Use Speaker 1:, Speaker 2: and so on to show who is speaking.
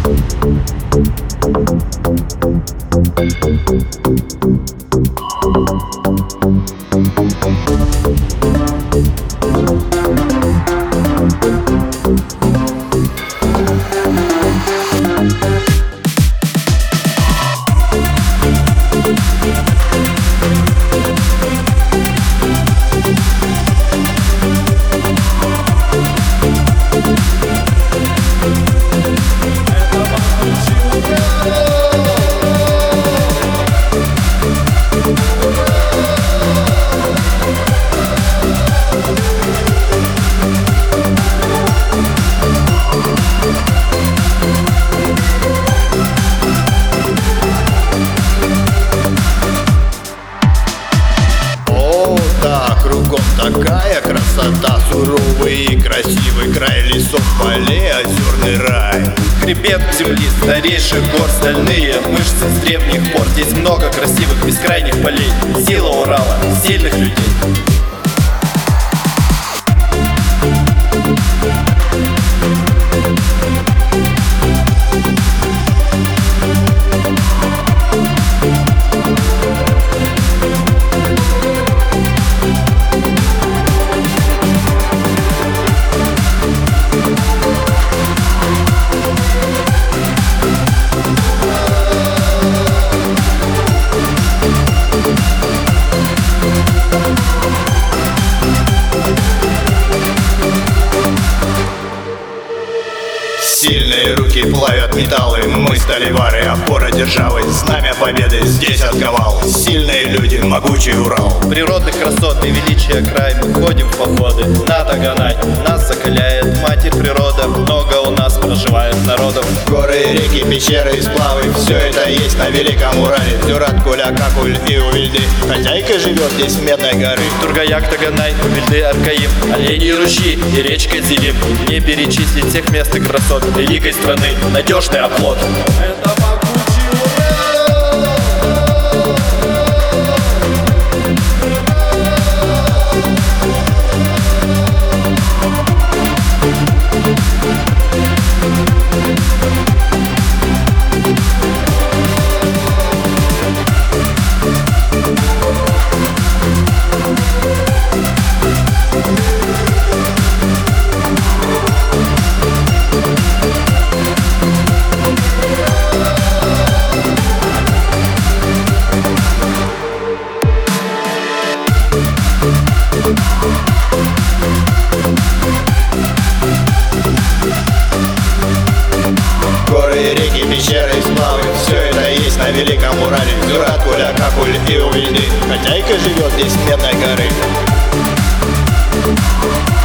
Speaker 1: Кругом такая красота, суровый и красивый край лесов, полей, озерный рай.
Speaker 2: Хребет земли, старейших гор, стальные мышцы с древних пор. Здесь много красивых бескрайних полей, сила Урала, сильных людей.
Speaker 1: Сильные руки плавят металлы, мы сталевары, опора державы, знамя победы здесь отковал. Сильные люди, могучий Урал.
Speaker 2: Природных красот и величия край, мы ходим в походы на Таганай. Нас закаляет матерь природа, много у нас проживает народов.
Speaker 1: Горы, реки, пещеры и сплавы, все это есть на Великом Урале. Зюрат, Куля, Какуль и Увильды, хозяйка живет здесь в Медной горы.
Speaker 2: Тургаяк, Таганай, Увильды, Аркаим, олени, ручьи и речка Зилим. Не перечислить всех мест и красот великой страны, надежный оплот.
Speaker 1: Горы, реки, пещеры и сплавы, все это есть на Великом Урале. Зюрат, Куля, Какуль и Увильды, хозяйка живет здесь в Медной горы.